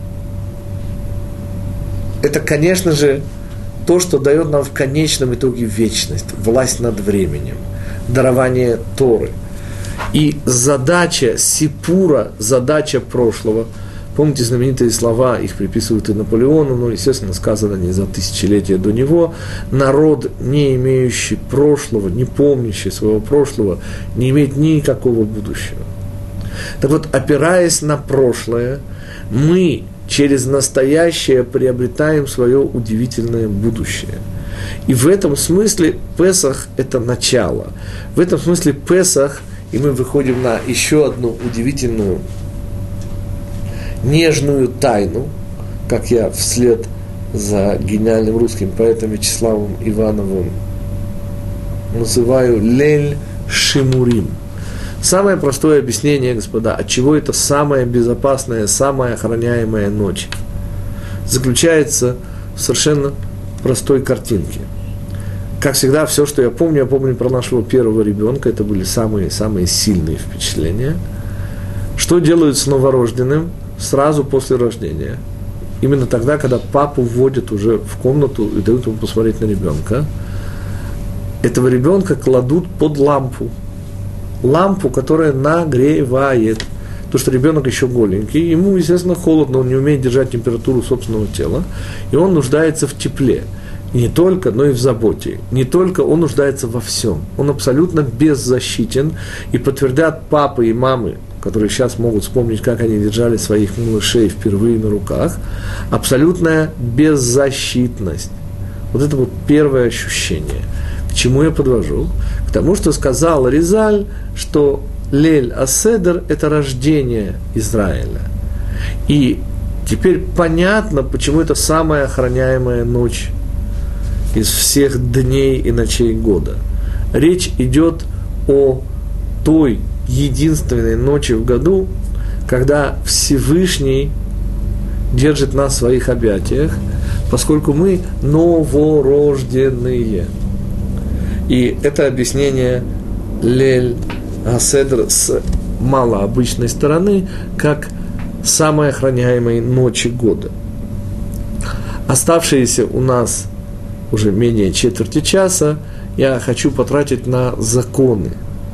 это, конечно же, то, что дает нам в конечном итоге вечность, власть над временем, дарование Торы. И задача Сипура, задача прошлого, помните знаменитые слова, их приписывают и Наполеону, но, естественно, сказано не за тысячелетия до него: народ, не имеющий прошлого, не помнящий своего прошлого, не имеет никакого будущего. Так вот, опираясь на прошлое, Мы через настоящее приобретаем свое удивительное будущее. И в этом смысле Песах – это начало. В этом смысле Песах, и мы выходим на еще одну удивительную, нежную тайну, как я вслед за гениальным русским поэтом Вячеславом Ивановым называю Лель Шимурим. Самое простое объяснение, господа, от чего это самая безопасная, самая охраняемая ночь, заключается в совершенно простой картинке. Как всегда, все, что я помню, я помню про нашего первого ребенка, это были самые-самые сильные впечатления. Что делают с новорожденным сразу после рождения? Именно тогда, когда папу вводят уже в комнату и дают ему посмотреть на ребенка, этого ребенка кладут под лампу. Лампу, которая нагревает. Потому что ребенок еще голенький, ему, естественно, холодно, он не умеет держать температуру собственного тела, и он нуждается в тепле. И не только, но и в заботе. Не только он нуждается во всем. Он абсолютно беззащитен, и подтвердят папы и мамы, которые сейчас могут вспомнить, как они держали своих малышей впервые на руках, абсолютная беззащитность. Вот это вот первое ощущение. К чему я подвожу? К тому, что сказал Ризаль, что Лель Аседер – это рождение Израиля. И теперь понятно, почему это самая охраняемая ночь из всех дней и ночей года. Речь идет о той единственной ночи в году, когда Всевышний держит нас в своих объятиях, поскольку мы новорожденные. И это объяснение Лель Аседр с малообычной стороны, как самой охраняемой ночи года. Оставшиеся у нас уже менее четверти часа я хочу потратить на законы.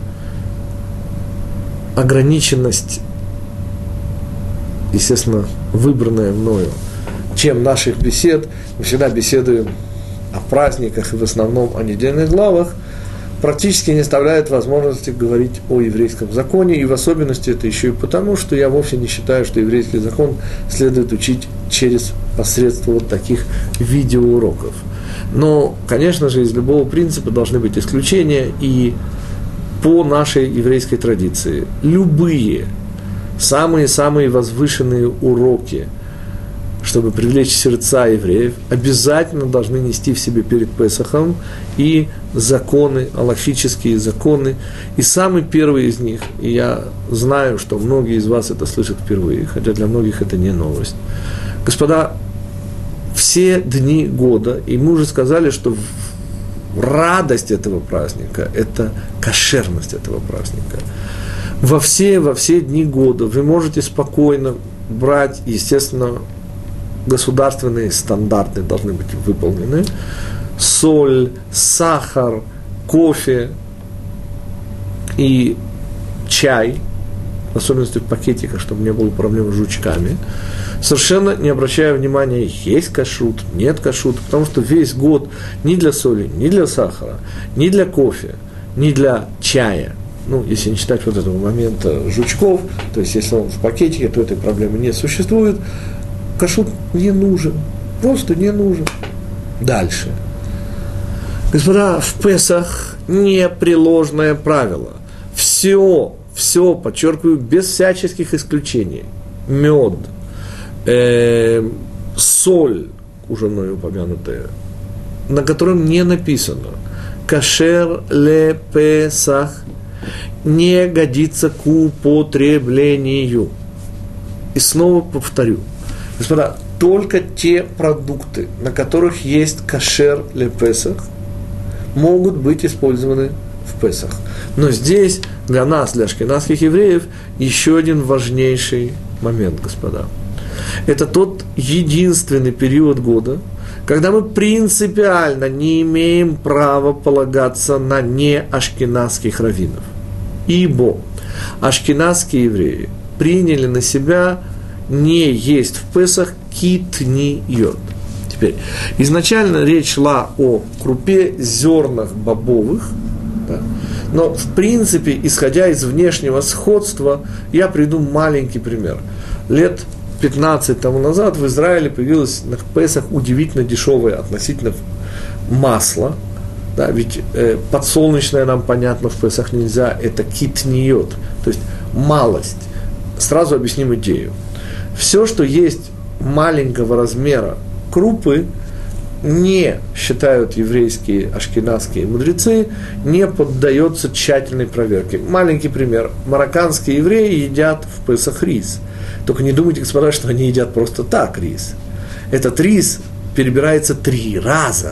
Ограниченность, естественно, выбранная мною, чем наших бесед. Мы всегда беседуем о праздниках и в основном о недельных главах, практически не оставляет возможности говорить о еврейском законе, и в особенности это еще и потому, что я вовсе не считаю, что еврейский закон следует учить через посредством вот таких видеоуроков. Но, конечно же, из любого принципа должны быть исключения, и по нашей еврейской традиции любые самые-самые возвышенные уроки, чтобы привлечь сердца евреев, обязательно должны нести в себе перед Песахом и законы, алахические законы. И самый первый из них, и я знаю, что многие из вас это слышат впервые, хотя для многих это не новость. Господа, все дни года, и мы уже сказали, что радость этого праздника – это кошерность этого праздника. Во все, во все дни года вы можете спокойно брать, естественно, государственные стандарты должны быть выполнены. Соль, сахар, кофе и чай, в особенности в пакетиках, чтобы не было проблем с жучками, совершенно не обращая внимания, есть кашрут, нет кашрут, потому что весь год ни для соли, ни для сахара, ни для кофе, ни для чая, ну, если не считать вот этого момента жучков, то есть если он в пакетике, то этой проблемы не существует. Кашрут не нужен, просто не нужен. Дальше. Господа, в Песах непреложное правило. Все, все, подчеркиваю, без всяческих исключений. Мед, э, соль, уже мной упомянутая, на котором не написано кашер ле Песах, не годится к употреблению. И снова повторю. Господа, только те продукты, на которых есть кашер ле Песах, могут быть использованы в Песах. Но здесь для нас, для ашкеназских евреев, еще один важнейший момент, господа. Это тот единственный период года, когда мы принципиально не имеем права полагаться на неашкеназских раввинов. Ибо ашкеназские евреи приняли на себя не есть в Песах китниот. Теперь, изначально речь шла о крупе, зернах бобовых, да, но в принципе, исходя из внешнего сходства, я приведу маленький пример. Лет пятнадцать тому назад в Израиле появилось на Песах удивительно дешевое относительно масло. Да, ведь э, подсолнечное нам, понятно, в Песах нельзя, это китниот, то есть малость. Сразу объясним идею. Все, что есть маленького размера крупы, не считают еврейские ашкеназские мудрецы, не поддается тщательной проверке. Маленький пример. Марокканские евреи едят в Песах рис. Только не думайте, господа, что они едят просто так рис. Этот рис перебирается три раза.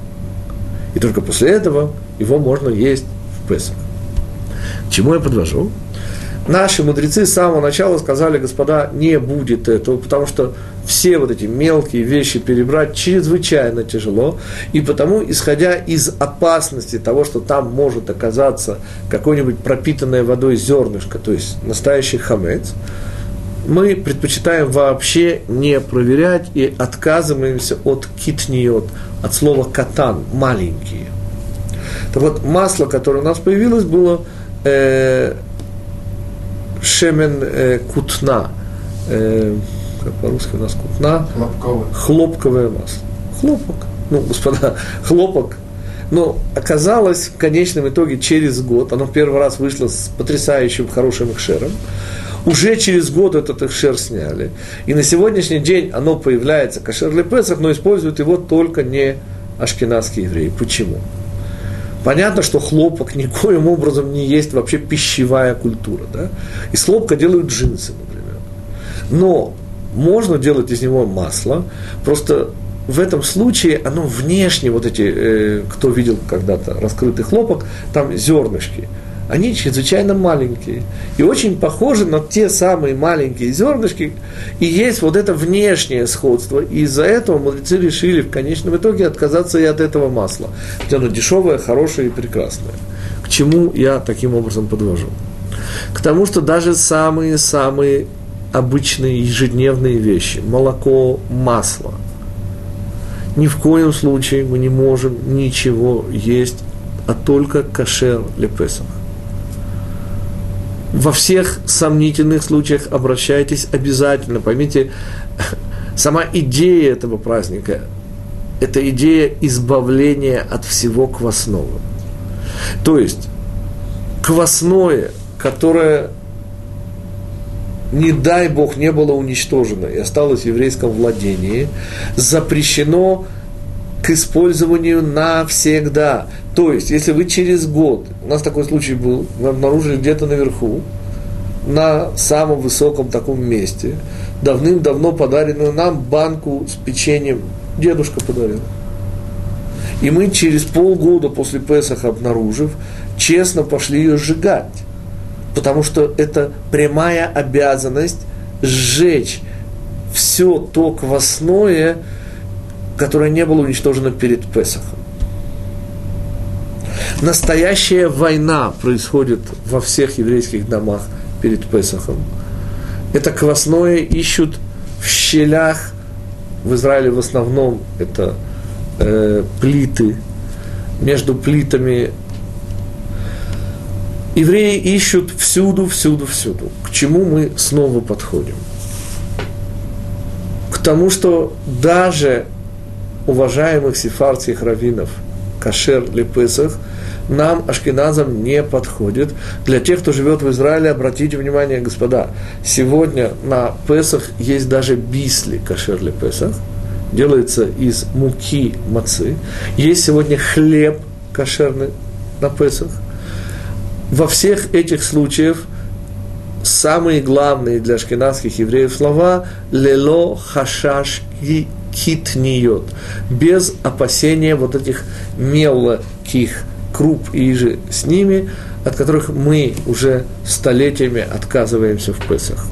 И только после этого его можно есть в Песах. К чему я подвожу? Наши мудрецы с самого начала сказали: господа, не будет этого, потому что все вот эти мелкие вещи перебрать чрезвычайно тяжело, и потому, исходя из опасности того, что там может оказаться какое-нибудь пропитанное водой зернышко, то есть настоящий хамец, мы предпочитаем вообще не проверять и отказываемся от китниот, от слова катан, маленькие. Так вот, масло, которое у нас появилось, было э, шемен э, кутна, э, как по-русски у нас кутна, Хлопковое. хлопковое масло. Хлопок, ну, господа, хлопок. Но оказалось, в конечном итоге, через год, оно первый раз вышло с потрясающим хорошим экшером, уже через год этот экшер сняли. И на сегодняшний день оно появляется, кашер ле Песах, но используют его только не ашкеназские евреи. Почему? Понятно, что хлопок никоим образом не есть вообще пищевая культура. Да? Из хлопка делают джинсы, например. Но можно делать из него масло, просто в этом случае оно внешне, вот эти, э, кто видел когда-то раскрытый хлопок, там зернышки, они чрезвычайно маленькие и очень похожи на те самые маленькие зернышки, и есть вот это внешнее сходство, и из-за этого мудрецы решили в конечном итоге отказаться и от этого масла, хотя оно дешевое, хорошее и прекрасное. К чему я таким образом подвожу? К тому, что даже самые-самые обычные ежедневные вещи, молоко, масло, ни в коем случае мы не можем ничего есть, а только кашер ле Песах. Во всех сомнительных случаях обращайтесь обязательно. Поймите, сама идея этого праздника – это идея избавления от всего квасного. То есть, квасное, которое, не дай Бог, не было уничтожено и осталось в еврейском владении, запрещено к использованию навсегда. То есть, если вы через год, у нас такой случай был, мы обнаружили где-то наверху, на самом высоком таком месте, давным-давно подаренную нам банку с печеньем, дедушка подарил. И мы через полгода после Песаха, обнаружив, честно пошли ее сжигать. Потому что это прямая обязанность сжечь все то квасное, которое не было уничтожено перед Песахом. Настоящая война происходит во всех еврейских домах перед Песахом. Это квасное ищут в щелях, в Израиле в основном это э, плиты, между плитами. Евреи ищут всюду, всюду, всюду. К чему мы снова подходим? К тому, что даже уважаемых сефардских раввинов кашер ле Песах нам, ашкеназам, не подходит. Для тех, кто живет в Израиле, обратите внимание, господа, сегодня на Песах есть даже бисли кашер ле Песах, делается из муки мацы. Есть сегодня хлеб кошерный на Песах. Во всех этих случаях самые главные для ашкеназских евреев слова «лело хашаш китниот», без опасения вот этих мелких круп и же с ними, от которых мы уже столетиями отказываемся в Песах.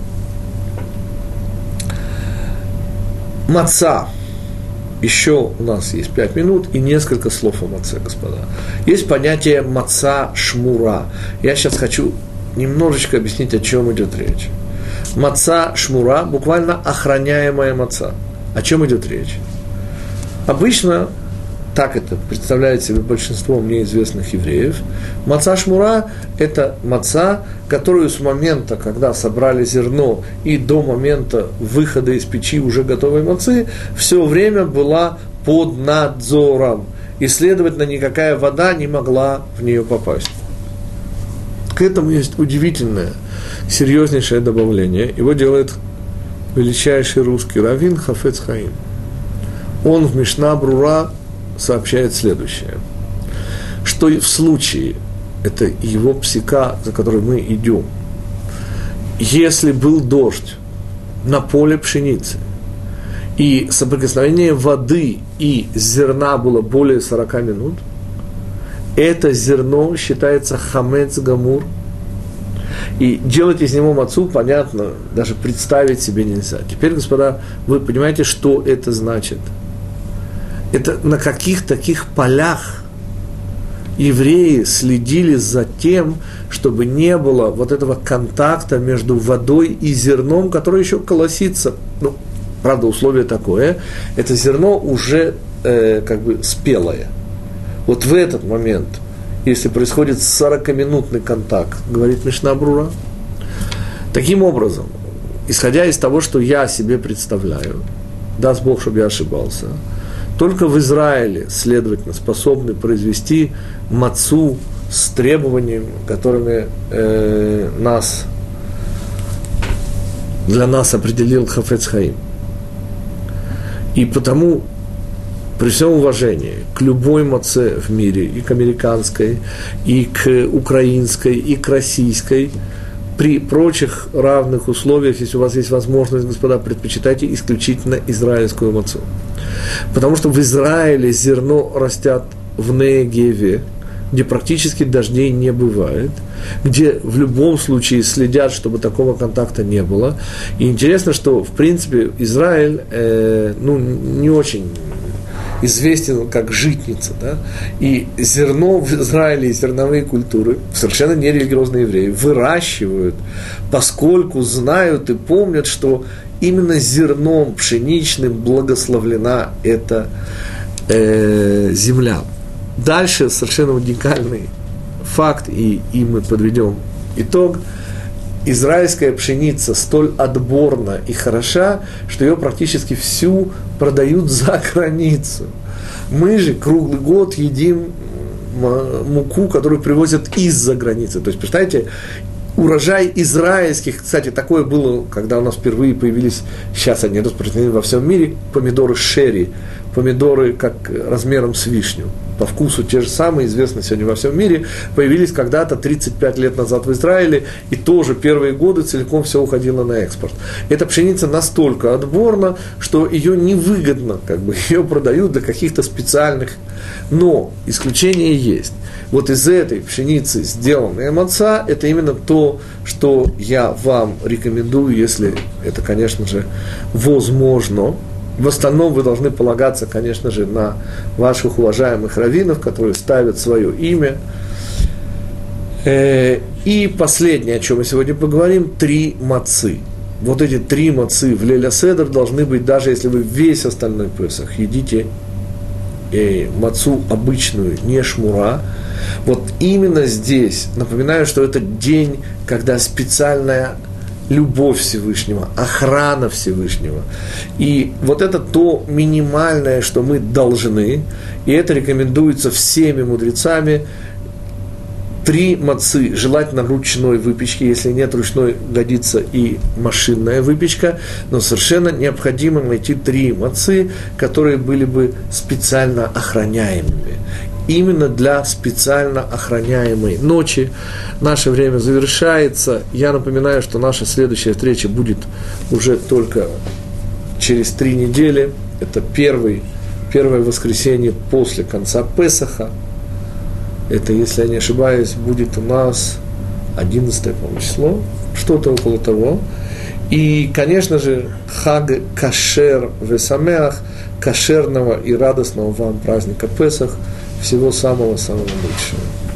Маца. Еще у нас есть пять минут и несколько слов о маце, господа. Есть понятие маца шмура. Я сейчас хочу немножечко объяснить, о чем идет речь. Маца шмура, буквально охраняемая маца. О чем идет речь? Обычно так это представляет себе большинство мне известных евреев. Маца шмура – это маца, которую с момента, когда собрали зерно, и до момента выхода из печи уже готовой мацы, все время была под надзором. И, следовательно, никакая вода не могла в нее попасть. К этому есть удивительное, серьезнейшее добавление. Его делает величайший русский раввин Хафец Хаим. Он в Мишна Брура сообщает следующее, что в случае, это его псика, за которой мы идем, если был дождь на поле пшеницы, и соприкосновение воды и зерна было более сорок минут, это зерно считается хамец гамур, и делать из него мацу, понятно, даже представить себе нельзя. Теперь, господа, вы понимаете, что это значит? Это на каких таких полях евреи следили за тем, чтобы не было вот этого контакта между водой и зерном, которое еще колосится. Ну, правда, условие такое, это зерно уже э, как бы спелое. Вот в этот момент, если происходит сорокаминутный контакт, говорит Мишна Брура, таким образом, исходя из того, что я себе представляю, даст Бог, чтобы я ошибался, только в Израиле, следовательно, способны произвести мацу с требованиями, которыми э, нас, для нас определил Хафец Хаим. И потому, при всем уважении к любой маце в мире, и к американской, и к украинской, и к российской, при прочих равных условиях, если у вас есть возможность, господа, предпочитайте исключительно израильскую мацу. Потому что в Израиле зерно растят в Неагеве, где практически дождей не бывает, где в любом случае следят, чтобы такого контакта не было. И интересно, что, в принципе, Израиль э, ну, не очень известен как житница, да? И зерно в Израиле и зерновые культуры, совершенно нерелигиозные евреи, выращивают, поскольку знают и помнят, что именно зерном пшеничным благословлена эта э, земля. Дальше совершенно уникальный факт, и, и мы подведем итог. Израильская пшеница столь отборна и хороша, что ее практически всю продают за границу. Мы же круглый год едим муку, которую привозят из-за границы. То есть, представляете, урожай израильских, кстати, такое было, когда у нас впервые появились, сейчас они распространены во всем мире, помидоры шерри, помидоры как размером с вишню, по вкусу те же самые, известны сегодня во всем мире, появились когда-то тридцать пять лет назад в Израиле, и тоже первые годы целиком все уходило на экспорт. Эта пшеница настолько отборна, что ее невыгодно, как бы, ее продают для каких-то специальных, но исключение есть. Вот из этой пшеницы сделанная маца, это именно то, что я вам рекомендую, если это, конечно же, возможно. В остальном вы должны полагаться, конечно же, на ваших уважаемых раввинов, которые ставят свое имя. И последнее, о чем мы сегодня поговорим, три мацы. Вот эти три мацы в Лейля Седер должны быть, даже если вы весь остальной Песах едите мацу обычную, не шмура. Вот именно здесь, напоминаю, что это день, когда специальная любовь Всевышнего, охрана Всевышнего. И вот это то минимальное, что мы должны, и это рекомендуется всеми мудрецами. Три мацы, желательно ручной выпечки, если нет ручной, годится и машинная выпечка, но совершенно необходимо найти три мацы, которые были бы специально охраняемыми. Именно для специально охраняемой ночи. Наше время завершается. Я напоминаю, что наша следующая встреча будет уже только через три недели. Это первый, первое воскресенье после конца Песаха. Это, если я не ошибаюсь, будет у нас одиннадцатое, по-моему, число, что-то около того. И, конечно же, Хаг Кашер Весамеах, кошерного и радостного вам праздника Песах. Всего самого-самого лучшего.